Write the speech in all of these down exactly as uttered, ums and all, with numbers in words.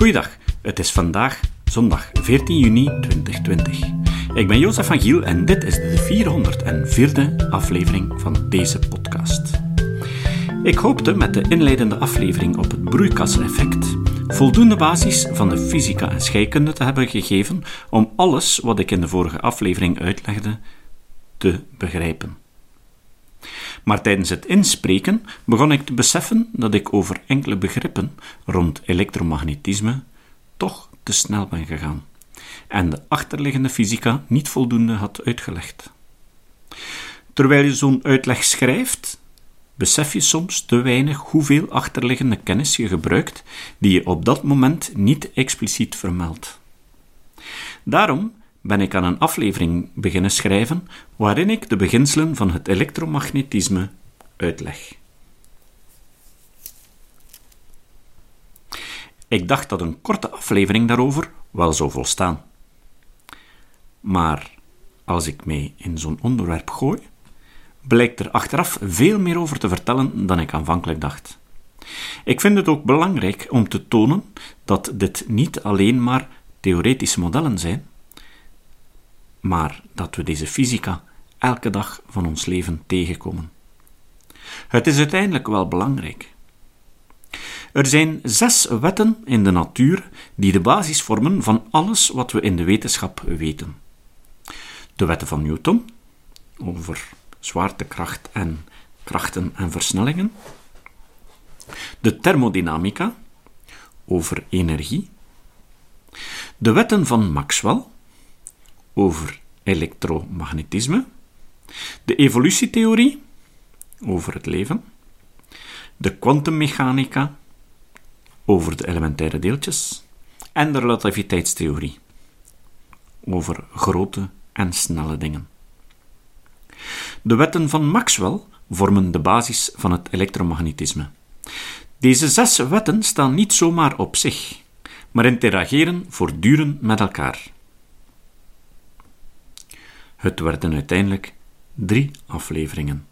Goeiedag, het is vandaag zondag veertien juni tweeduizend twintig. Ik ben Jozef van Giel en dit is de vierhonderdvierde aflevering van deze podcast. Ik hoopte met de inleidende aflevering op het broeikaseffect voldoende basis van de fysica en scheikunde te hebben gegeven om alles wat ik in de vorige aflevering uitlegde te begrijpen. Maar tijdens het inspreken begon ik te beseffen dat ik over enkele begrippen rond elektromagnetisme toch te snel ben gegaan en de achterliggende fysica niet voldoende had uitgelegd. Terwijl je zo'n uitleg schrijft, besef je soms te weinig hoeveel achterliggende kennis je gebruikt die je op dat moment niet expliciet vermeldt. Daarom ben ik aan een aflevering beginnen schrijven waarin ik de beginselen van het elektromagnetisme uitleg. Ik dacht dat een korte aflevering daarover wel zou volstaan. Maar als ik mij in zo'n onderwerp gooi, blijkt er achteraf veel meer over te vertellen dan ik aanvankelijk dacht. Ik vind het ook belangrijk om te tonen dat dit niet alleen maar theoretische modellen zijn, maar dat we deze fysica elke dag van ons leven tegenkomen. Het is uiteindelijk wel belangrijk. Er zijn zes wetten in de natuur die de basis vormen van alles wat we in de wetenschap weten. De wetten van Newton, over zwaartekracht en krachten en versnellingen. De thermodynamica, over energie. De wetten van Maxwell, over elektromagnetisme. De evolutietheorie, over het leven. De kwantummechanica, over de elementaire deeltjes. En de relativiteitstheorie, over grote en snelle dingen. De wetten van Maxwell vormen de basis van het elektromagnetisme. Deze zes wetten staan niet zomaar op zich, maar interageren voortdurend met elkaar. Het werden uiteindelijk drie afleveringen.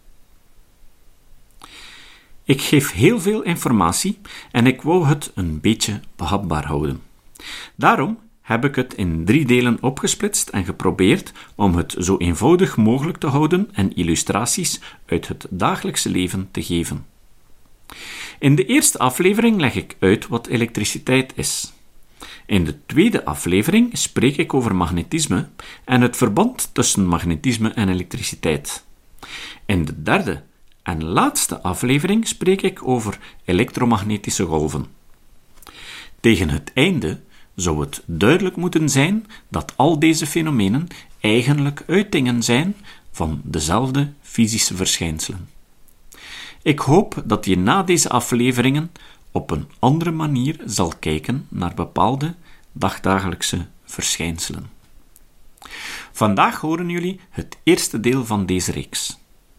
Ik geef heel veel informatie en ik wou het een beetje behapbaar houden. Daarom heb ik het in drie delen opgesplitst en geprobeerd om het zo eenvoudig mogelijk te houden en illustraties uit het dagelijkse leven te geven. In de eerste aflevering leg ik uit wat elektriciteit is. In de tweede aflevering spreek ik over magnetisme en het verband tussen magnetisme en elektriciteit. In de derde en laatste aflevering spreek ik over elektromagnetische golven. Tegen het einde zou het duidelijk moeten zijn dat al deze fenomenen eigenlijk uitingen zijn van dezelfde fysische verschijnselen. Ik hoop dat je na deze afleveringen op een andere manier zal kijken naar bepaalde dagdagelijkse verschijnselen. Vandaag horen jullie het eerste deel van deze reeks.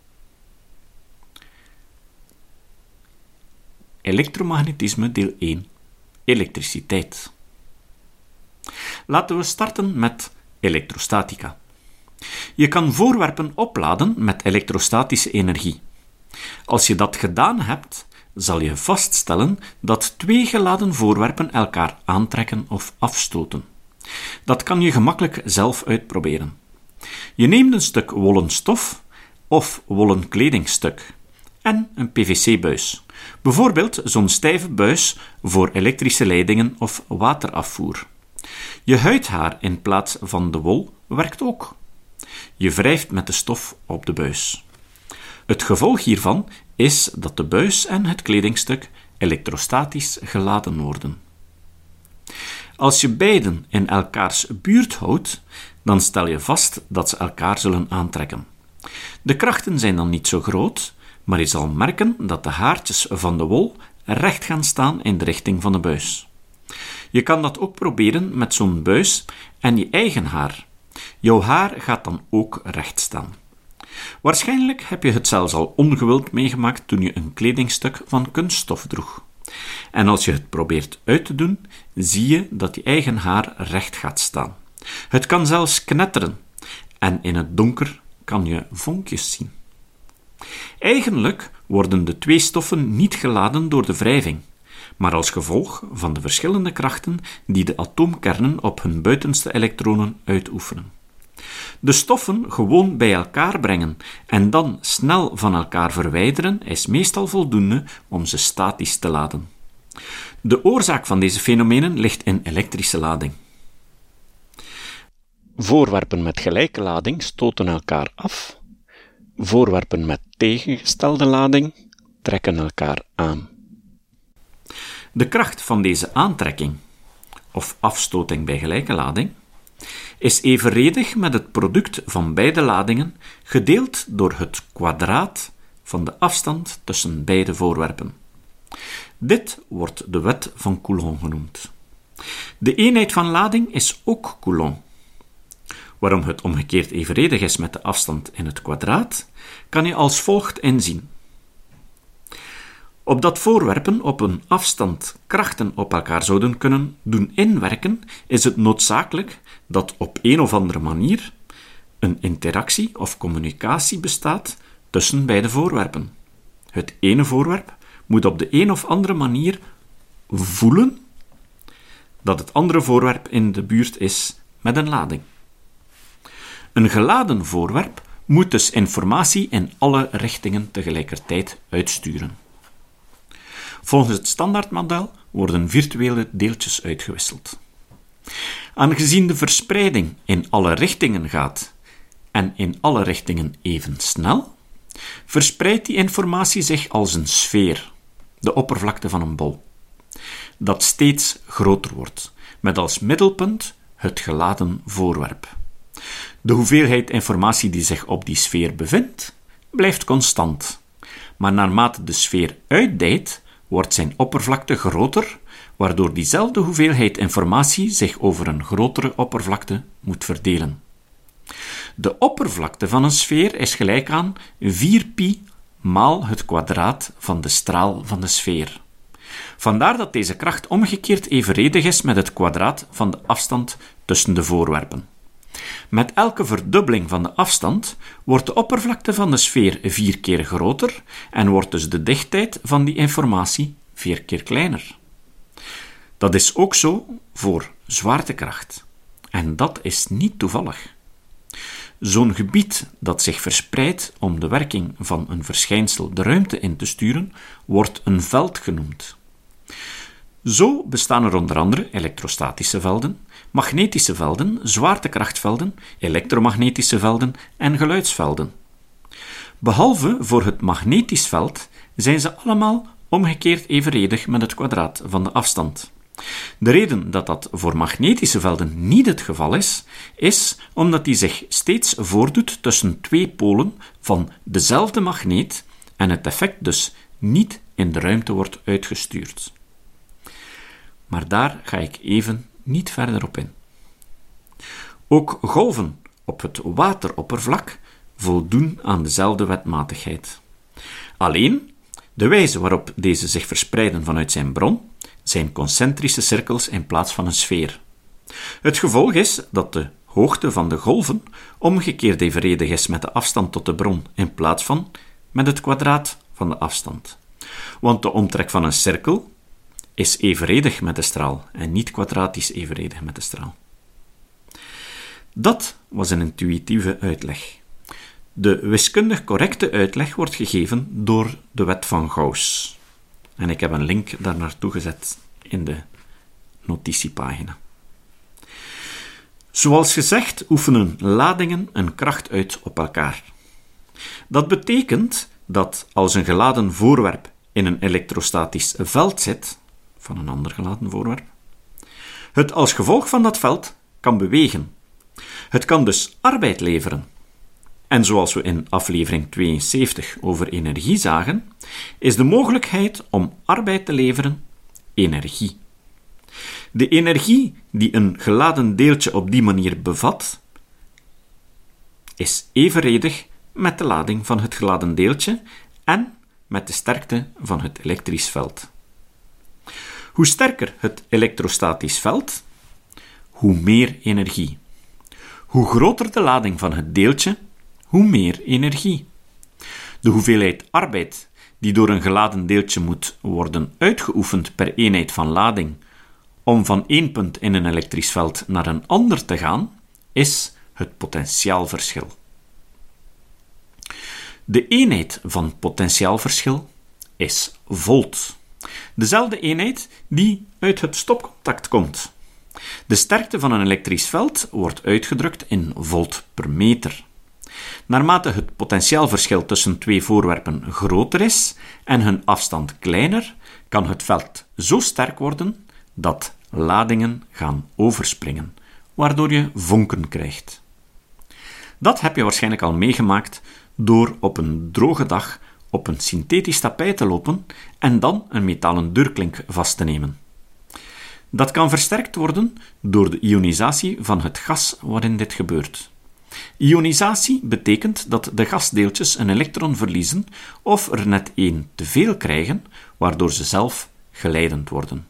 Elektromagnetisme deel één. Elektriciteit. Laten we starten met elektrostatica. Je kan voorwerpen opladen met elektrostatische energie. Als je dat gedaan hebt, zal je vaststellen dat twee geladen voorwerpen elkaar aantrekken of afstoten. Dat kan je gemakkelijk zelf uitproberen. Je neemt een stuk wollen stof of wollen kledingstuk en een P V C-buis. Bijvoorbeeld zo'n stijve buis voor elektrische leidingen of waterafvoer. Je huidhaar in plaats van de wol werkt ook. Je wrijft met de stof op de buis. Het gevolg hiervan is dat de buis en het kledingstuk elektrostatisch geladen worden. Als je beiden in elkaars buurt houdt, dan stel je vast dat ze elkaar zullen aantrekken. De krachten zijn dan niet zo groot, maar je zal merken dat de haartjes van de wol recht gaan staan in de richting van de buis. Je kan dat ook proberen met zo'n buis en je eigen haar. Jouw haar gaat dan ook recht staan. Waarschijnlijk heb je het zelfs al ongewild meegemaakt toen je een kledingstuk van kunststof droeg. En als je het probeert uit te doen, zie je dat je eigen haar recht gaat staan. Het kan zelfs knetteren en in het donker kan je vonkjes zien. Eigenlijk worden de twee stoffen niet geladen door de wrijving, maar als gevolg van de verschillende krachten die de atoomkernen op hun buitenste elektronen uitoefenen. De stoffen gewoon bij elkaar brengen en dan snel van elkaar verwijderen is meestal voldoende om ze statisch te laden. De oorzaak van deze fenomenen ligt in elektrische lading. Voorwerpen met gelijke lading stoten elkaar af. Voorwerpen met tegengestelde lading trekken elkaar aan. De kracht van deze aantrekking, of afstoting bij gelijke lading, is evenredig met het product van beide ladingen gedeeld door het kwadraat van de afstand tussen beide voorwerpen. Dit wordt de wet van Coulomb genoemd. De eenheid van lading is ook Coulomb. Waarom het omgekeerd evenredig is met de afstand in het kwadraat, kan je als volgt inzien. Opdat voorwerpen op een afstand krachten op elkaar zouden kunnen doen inwerken, is het noodzakelijk dat op een of andere manier een interactie of communicatie bestaat tussen beide voorwerpen. Het ene voorwerp moet op de een of andere manier voelen dat het andere voorwerp in de buurt is met een lading. Een geladen voorwerp moet dus informatie in alle richtingen tegelijkertijd uitsturen. Volgens het standaardmodel worden virtuele deeltjes uitgewisseld. Aangezien de verspreiding in alle richtingen gaat en in alle richtingen even snel, verspreidt die informatie zich als een sfeer, de oppervlakte van een bol, dat steeds groter wordt, met als middelpunt het geladen voorwerp. De hoeveelheid informatie die zich op die sfeer bevindt, blijft constant, maar naarmate de sfeer uitdijt, wordt zijn oppervlakte groter, waardoor diezelfde hoeveelheid informatie zich over een grotere oppervlakte moet verdelen. De oppervlakte van een sfeer is gelijk aan vier pi maal het kwadraat van de straal van de sfeer. Vandaar dat deze kracht omgekeerd evenredig is met het kwadraat van de afstand tussen de voorwerpen. Met elke verdubbeling van de afstand wordt de oppervlakte van de sfeer vier keer groter en wordt dus de dichtheid van die informatie vier keer kleiner. Dat is ook zo voor zwaartekracht. En dat is niet toevallig. Zo'n gebied dat zich verspreidt om de werking van een verschijnsel de ruimte in te sturen, wordt een veld genoemd. Zo bestaan er onder andere elektrostatische velden, magnetische velden, zwaartekrachtvelden, elektromagnetische velden en geluidsvelden. Behalve voor het magnetisch veld zijn ze allemaal omgekeerd evenredig met het kwadraat van de afstand. De reden dat dat voor magnetische velden niet het geval is, is omdat die zich steeds voordoet tussen twee polen van dezelfde magneet en het effect dus niet in de ruimte wordt uitgestuurd. Maar daar ga ik even niet verder op in. Ook golven op het wateroppervlak voldoen aan dezelfde wetmatigheid. Alleen, de wijze waarop deze zich verspreiden vanuit zijn bron, zijn concentrische cirkels in plaats van een sfeer. Het gevolg is dat de hoogte van de golven omgekeerd evenredig is met de afstand tot de bron in plaats van met het kwadraat van de afstand. Want de omtrek van een cirkel is evenredig met de straal en niet kwadratisch evenredig met de straal. Dat was een intuïtieve uitleg. De wiskundig correcte uitleg wordt gegeven door de wet van Gauss. En ik heb een link daar naartoe gezet in de notitiepagina. Zoals gezegd oefenen ladingen een kracht uit op elkaar. Dat betekent dat als een geladen voorwerp in een elektrostatisch veld zit, van een ander geladen voorwerp, het als gevolg van dat veld kan bewegen. Het kan dus arbeid leveren. En zoals we in aflevering tweeënzeventig over energie zagen, is de mogelijkheid om arbeid te leveren energie. De energie die een geladen deeltje op die manier bevat, is evenredig met de lading van het geladen deeltje en met de sterkte van het elektrisch veld. Hoe sterker het elektrostatisch veld, hoe meer energie. Hoe groter de lading van het deeltje, hoe meer energie. De hoeveelheid arbeid die door een geladen deeltje moet worden uitgeoefend per eenheid van lading om van één punt in een elektrisch veld naar een ander te gaan, is het potentiaalverschil. De eenheid van potentiaalverschil is volt. Dezelfde eenheid die uit het stopcontact komt. De sterkte van een elektrisch veld wordt uitgedrukt in volt per meter. Naarmate het potentiaalverschil tussen twee voorwerpen groter is en hun afstand kleiner, kan het veld zo sterk worden dat ladingen gaan overspringen, waardoor je vonken krijgt. Dat heb je waarschijnlijk al meegemaakt door op een droge dag op een synthetisch tapijt te lopen en dan een metalen deurklink vast te nemen. Dat kan versterkt worden door de ionisatie van het gas waarin dit gebeurt. Ionisatie betekent dat de gasdeeltjes een elektron verliezen of er net één te veel krijgen, waardoor ze zelf geleidend worden.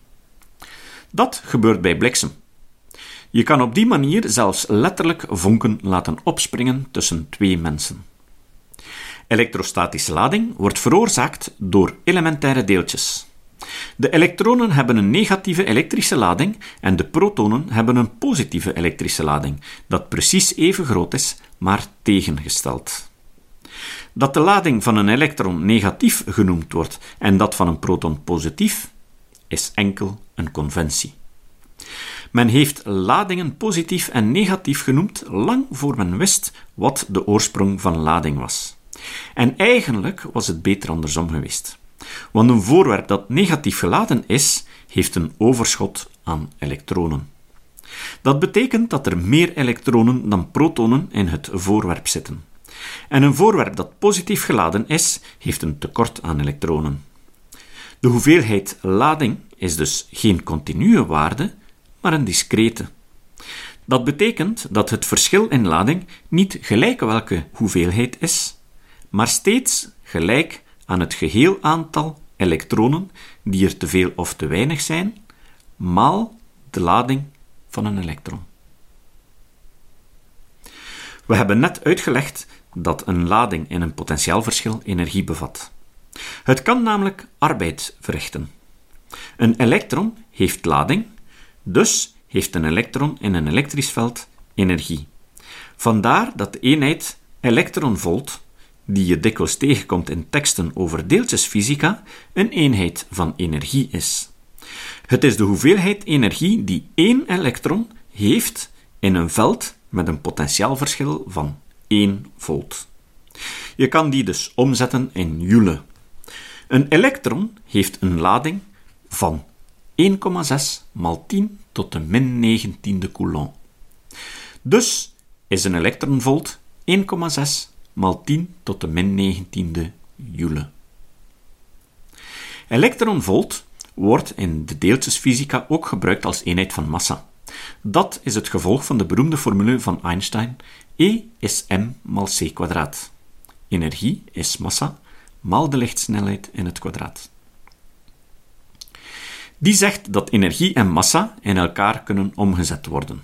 Dat gebeurt bij bliksem. Je kan op die manier zelfs letterlijk vonken laten opspringen tussen twee mensen. Elektrostatische lading wordt veroorzaakt door elementaire deeltjes. De elektronen hebben een negatieve elektrische lading en de protonen hebben een positieve elektrische lading, dat precies even groot is, maar tegengesteld. Dat de lading van een elektron negatief genoemd wordt en dat van een proton positief, is enkel een conventie. Men heeft ladingen positief en negatief genoemd lang voor men wist wat de oorsprong van lading was. En eigenlijk was het beter andersom geweest. Want een voorwerp dat negatief geladen is, heeft een overschot aan elektronen. Dat betekent dat er meer elektronen dan protonen in het voorwerp zitten. En een voorwerp dat positief geladen is, heeft een tekort aan elektronen. De hoeveelheid lading is dus geen continue waarde, maar een discrete. Dat betekent dat het verschil in lading niet gelijk welke hoeveelheid is, maar steeds gelijk aan het geheel aantal elektronen die er te veel of te weinig zijn, maal de lading van een elektron. We hebben net uitgelegd dat een lading in een potentiaalverschil energie bevat. Het kan namelijk arbeid verrichten. Een elektron heeft lading, dus heeft een elektron in een elektrisch veld energie. Vandaar dat de eenheid elektronvolt, die je dikwijls tegenkomt in teksten over deeltjesfysica, een eenheid van energie is. Het is de hoeveelheid energie die één elektron heeft in een veld met een potentiaalverschil van één volt. Je kan die dus omzetten in joule. Een elektron heeft een lading van één komma zes maal tien tot de min negentiende coulomb. Dus is een elektronvolt één komma zes maal tien tot de min negentiende joule. Elektronvolt wordt in de deeltjesfysica ook gebruikt als eenheid van massa. Dat is het gevolg van de beroemde formule van Einstein: E is m maal c kwadraat. Energie is massa maal de lichtsnelheid in het kwadraat. Die zegt dat energie en massa in elkaar kunnen omgezet worden.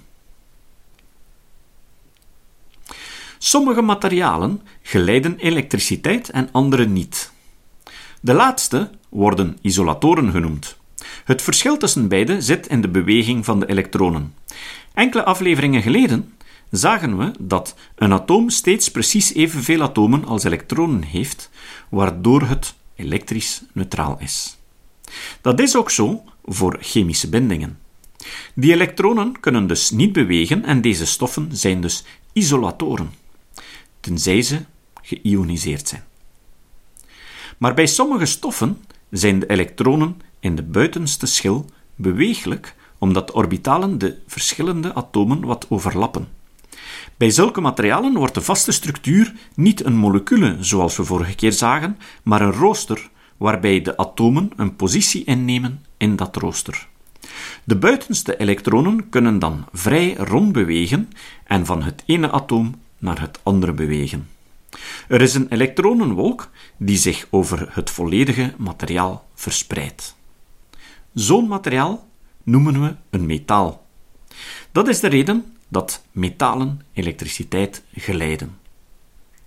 Sommige materialen geleiden elektriciteit en andere niet. De laatste worden isolatoren genoemd. Het verschil tussen beide zit in de beweging van de elektronen. Enkele afleveringen geleden zagen we dat een atoom steeds precies evenveel atomen als elektronen heeft, waardoor het elektrisch neutraal is. Dat is ook zo voor chemische bindingen. Die elektronen kunnen dus niet bewegen en deze stoffen zijn dus isolatoren, tenzij ze geïoniseerd zijn. Maar bij sommige stoffen zijn de elektronen in de buitenste schil beweeglijk, omdat de orbitalen de verschillende atomen wat overlappen. Bij zulke materialen wordt de vaste structuur niet een molecule, zoals we vorige keer zagen, maar een rooster, waarbij de atomen een positie innemen in dat rooster. De buitenste elektronen kunnen dan vrij rondbewegen en van het ene atoom naar het andere bewegen. Er is een elektronenwolk die zich over het volledige materiaal verspreidt. Zo'n materiaal noemen we een metaal. Dat is de reden dat metalen elektriciteit geleiden.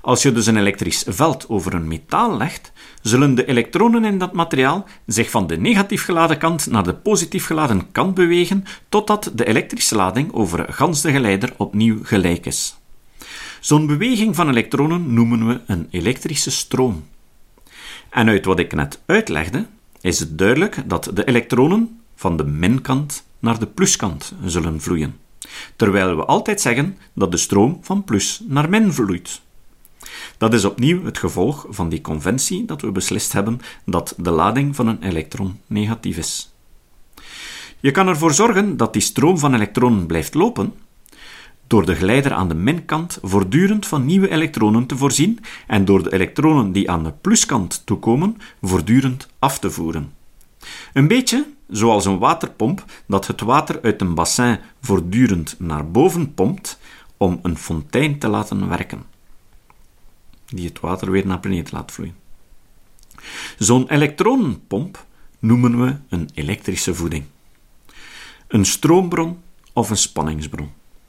Als je dus een elektrisch veld over een metaal legt, zullen de elektronen in dat materiaal zich van de negatief geladen kant naar de positief geladen kant bewegen, totdat de elektrische lading over gans de geleider opnieuw gelijk is. Zo'n beweging van elektronen noemen we een elektrische stroom. En uit wat ik net uitlegde, is het duidelijk dat de elektronen van de minkant naar de pluskant zullen vloeien, terwijl we altijd zeggen dat de stroom van plus naar min vloeit. Dat is opnieuw het gevolg van die conventie dat we beslist hebben dat de lading van een elektron negatief is. Je kan ervoor zorgen dat die stroom van elektronen blijft lopen door de geleider aan de minkant voortdurend van nieuwe elektronen te voorzien en door de elektronen die aan de pluskant toekomen voortdurend af te voeren. Een beetje zoals een waterpomp dat het water uit een bassin voortdurend naar boven pompt om een fontein te laten werken, die het water weer naar beneden laat vloeien. Zo'n elektronenpomp noemen we een elektrische voeding, een stroombron of een spanningsbron.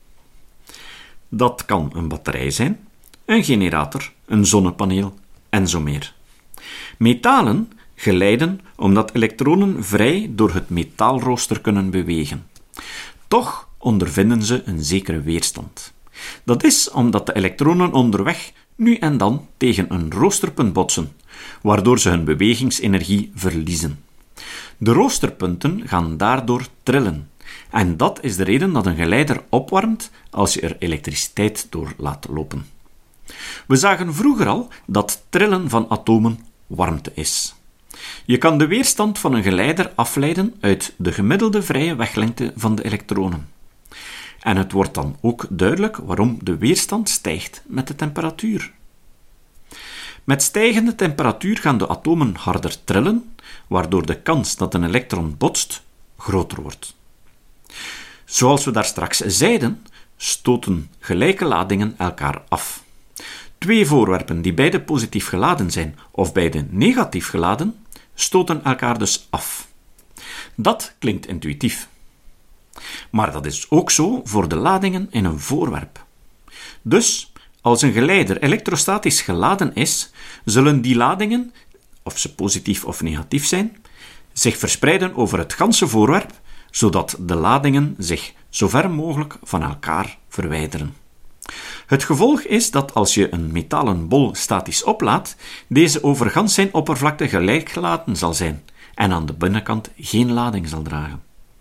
Dat kan een batterij zijn, een generator, een zonnepaneel en zo meer. Metalen geleiden omdat elektronen vrij door het metaalrooster kunnen bewegen. Toch ondervinden ze een zekere weerstand. Dat is omdat de elektronen onderweg nu en dan tegen een roosterpunt botsen, waardoor ze hun bewegingsenergie verliezen. De roosterpunten gaan daardoor trillen. En dat is de reden dat een geleider opwarmt als je er elektriciteit door laat lopen. We zagen vroeger al dat trillen van atomen warmte is. Je kan de weerstand van een geleider afleiden uit de gemiddelde vrije weglengte van de elektronen. En het wordt dan ook duidelijk waarom de weerstand stijgt met de temperatuur. Met stijgende temperatuur gaan de atomen harder trillen, waardoor de kans dat een elektron botst groter wordt. Zoals we daar straks zeiden, stoten gelijke ladingen elkaar af. Twee voorwerpen die beide positief geladen zijn of beide negatief geladen, stoten elkaar dus af. Dat klinkt intuïtief. Maar dat is ook zo voor de ladingen in een voorwerp. Dus, als een geleider elektrostatisch geladen is, zullen die ladingen, of ze positief of negatief zijn, zich verspreiden over het ganse voorwerp, zodat de ladingen zich zo ver mogelijk van elkaar verwijderen. Het gevolg is dat als je een metalen bol statisch oplaadt, deze over gans zijn oppervlakte gelijk geladen zal zijn en aan de binnenkant geen lading zal dragen.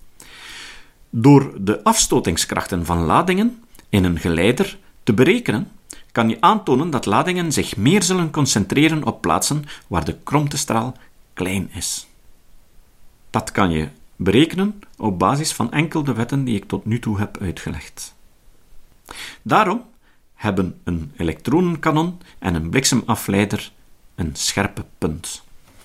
Door de afstotingskrachten van ladingen in een geleider te berekenen, kan je aantonen dat ladingen zich meer zullen concentreren op plaatsen waar de kromtestraal klein is. Dat kan je berekenen op basis van enkel de wetten die ik tot nu toe heb uitgelegd. Daarom hebben een elektronenkanon en een bliksemafleider een scherpe punt.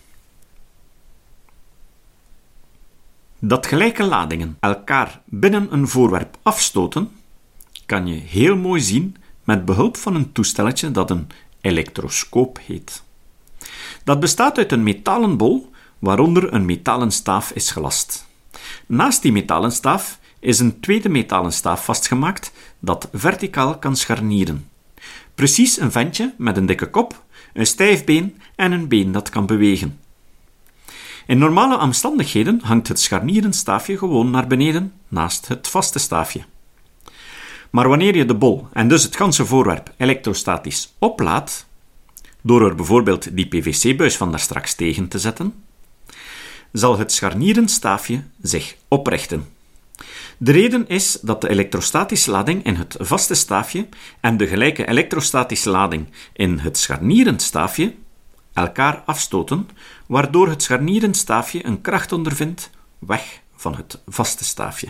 Dat gelijke ladingen elkaar binnen een voorwerp afstoten, kan je heel mooi zien met behulp van een toestelletje dat een elektroscoop heet. Dat bestaat uit een metalen bol waaronder een metalen staaf is gelast. Naast die metalen staaf is een tweede metalen staaf vastgemaakt dat verticaal kan scharnieren. Precies een ventje met een dikke kop, een stijf been en een been dat kan bewegen. In normale omstandigheden hangt het scharnieren staafje gewoon naar beneden naast het vaste staafje. Maar wanneer je de bol en dus het ganse voorwerp elektrostatisch oplaadt, door er bijvoorbeeld die P V C-buis van daarstraks tegen te zetten, zal het scharnieren staafje zich oprichten. De reden is dat de elektrostatische lading in het vaste staafje en de gelijke elektrostatische lading in het scharnierend staafje elkaar afstoten, waardoor het scharnierend staafje een kracht ondervindt weg van het vaste staafje.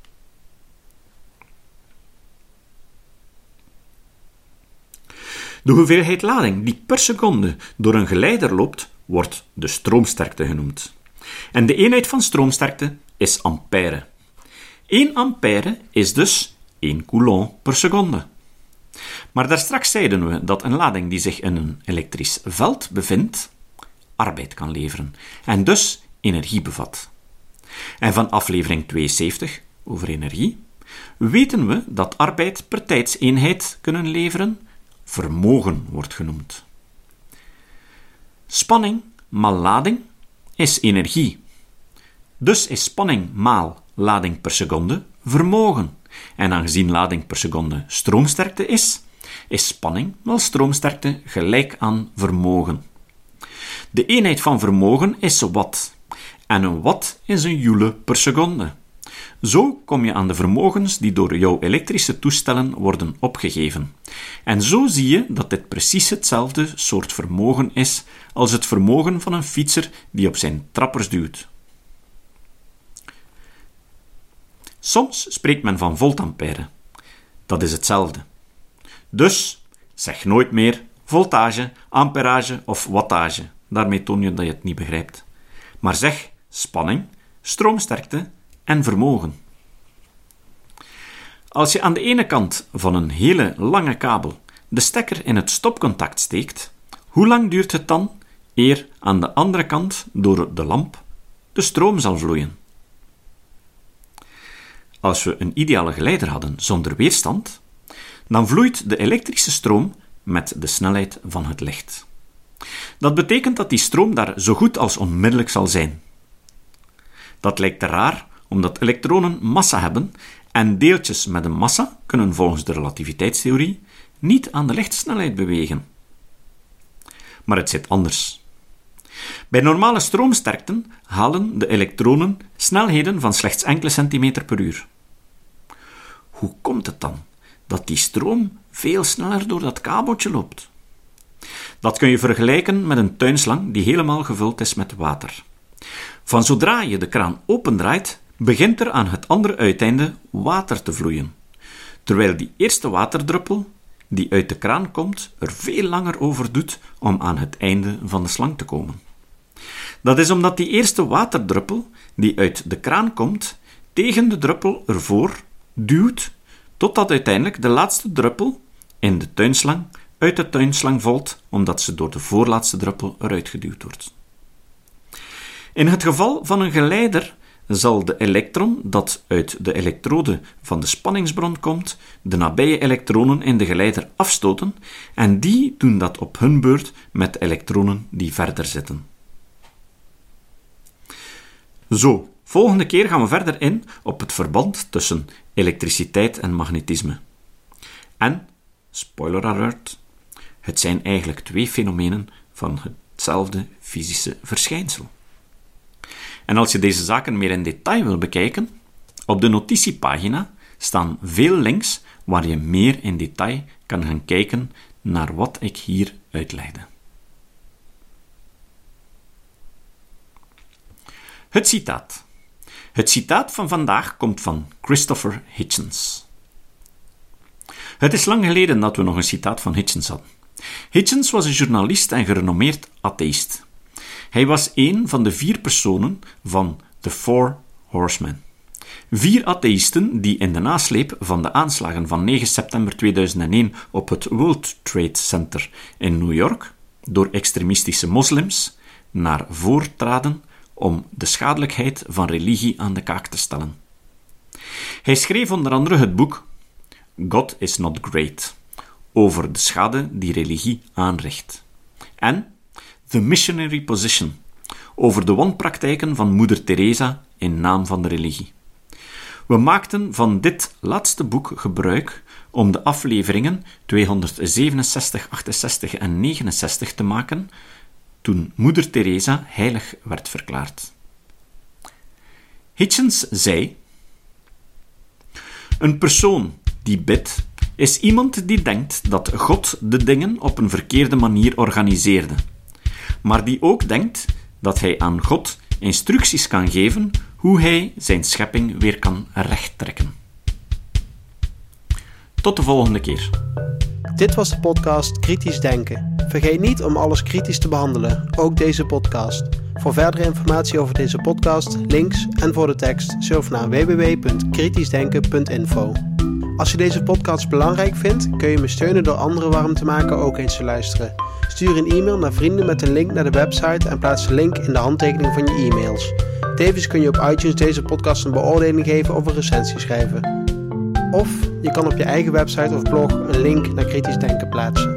De hoeveelheid lading die per seconde door een geleider loopt, wordt de stroomsterkte genoemd. En de eenheid van stroomsterkte is ampère. één ampère is dus één coulomb per seconde. Maar daarstraks zeiden we dat een lading die zich in een elektrisch veld bevindt, arbeid kan leveren en dus energie bevat. En van aflevering tweeënzeventig over energie weten we dat arbeid per tijdseenheid kunnen leveren vermogen wordt genoemd. Spanning maal lading is energie. Dus is spanning maal lading per seconde vermogen. En aangezien lading per seconde stroomsterkte is, is spanning maal stroomsterkte gelijk aan vermogen. De eenheid van vermogen is watt. En een watt is een joule per seconde. Zo kom je aan de vermogens die door jouw elektrische toestellen worden opgegeven. En zo zie je dat dit precies hetzelfde soort vermogen is als het vermogen van een fietser die op zijn trappers duwt. Soms spreekt men van voltampère. Dat is hetzelfde. Dus zeg nooit meer voltage, amperage of wattage. Daarmee toon je dat je het niet begrijpt. Maar zeg spanning, stroomsterkte en vermogen. Als je aan de ene kant van een hele lange kabel de stekker in het stopcontact steekt, hoe lang duurt het dan eer aan de andere kant door de lamp de stroom zal vloeien? Als we een ideale geleider hadden zonder weerstand, dan vloeit de elektrische stroom met de snelheid van het licht. Dat betekent dat die stroom daar zo goed als onmiddellijk zal zijn. Dat lijkt te raar, omdat elektronen massa hebben en deeltjes met een massa kunnen volgens de relativiteitstheorie niet aan de lichtsnelheid bewegen. Maar het zit anders. Bij normale stroomsterkten halen de elektronen snelheden van slechts enkele centimeter per uur. Hoe komt het dan dat die stroom veel sneller door dat kabeltje loopt? Dat kun je vergelijken met een tuinslang die helemaal gevuld is met water. Van zodra je de kraan opendraait, begint er aan het andere uiteinde water te vloeien, terwijl die eerste waterdruppel die uit de kraan komt er veel langer over doet om aan het einde van de slang te komen. Dat is omdat die eerste waterdruppel die uit de kraan komt tegen de druppel ervoor duwt, totdat uiteindelijk de laatste druppel in de tuinslang uit de tuinslang valt, omdat ze door de voorlaatste druppel eruit geduwd wordt. In het geval van een geleider zal de elektron dat uit de elektrode van de spanningsbron komt, de nabije elektronen in de geleider afstoten en die doen dat op hun beurt met de elektronen die verder zitten. Zo, volgende keer gaan we verder in op het verband tussen elektriciteit en magnetisme. En, spoiler alert, het zijn eigenlijk twee fenomenen van hetzelfde fysische verschijnsel. En als je deze zaken meer in detail wil bekijken, op de notitiepagina staan veel links waar je meer in detail kan gaan kijken naar wat ik hier uitlegde. Het citaat. Het citaat van vandaag komt van Christopher Hitchens. Het is lang geleden dat we nog een citaat van Hitchens hadden. Hitchens was een journalist en gerenommeerd atheïst. Hij was een van de vier personen van The Four Horsemen. Vier atheïsten die in de nasleep van de aanslagen van negen september tweeduizend één op het World Trade Center in New York door extremistische moslims naar voren traden om de schadelijkheid van religie aan de kaak te stellen. Hij schreef onder andere het boek God is Not Great, over de schade die religie aanricht, en The Missionary Position, over de wanpraktijken van moeder Teresa in naam van de religie. We maakten van dit laatste boek gebruik om de afleveringen tweehonderdzevenenzestig, achtenzestig en negenenzestig te maken, toen moeder Teresa heilig werd verklaard. Hitchens zei: een persoon die bidt, is iemand die denkt dat God de dingen op een verkeerde manier organiseerde, maar die ook denkt dat hij aan God instructies kan geven hoe hij zijn schepping weer kan rechttrekken. Tot de volgende keer. Dit was de podcast Kritisch Denken. Vergeet niet om alles kritisch te behandelen, ook deze podcast. Voor verdere informatie over deze podcast, links en voor de tekst, surf naar w w w punt kritisch denken punt info. Als je deze podcast belangrijk vindt, kun je me steunen door anderen warm te maken ook eens te luisteren. Stuur een e-mail naar vrienden met een link naar de website en plaats de link in de handtekening van je e-mails. Tevens kun je op iTunes deze podcast een beoordeling geven of een recensie schrijven. Of je kan op je eigen website of blog een link naar Kritisch Denken plaatsen.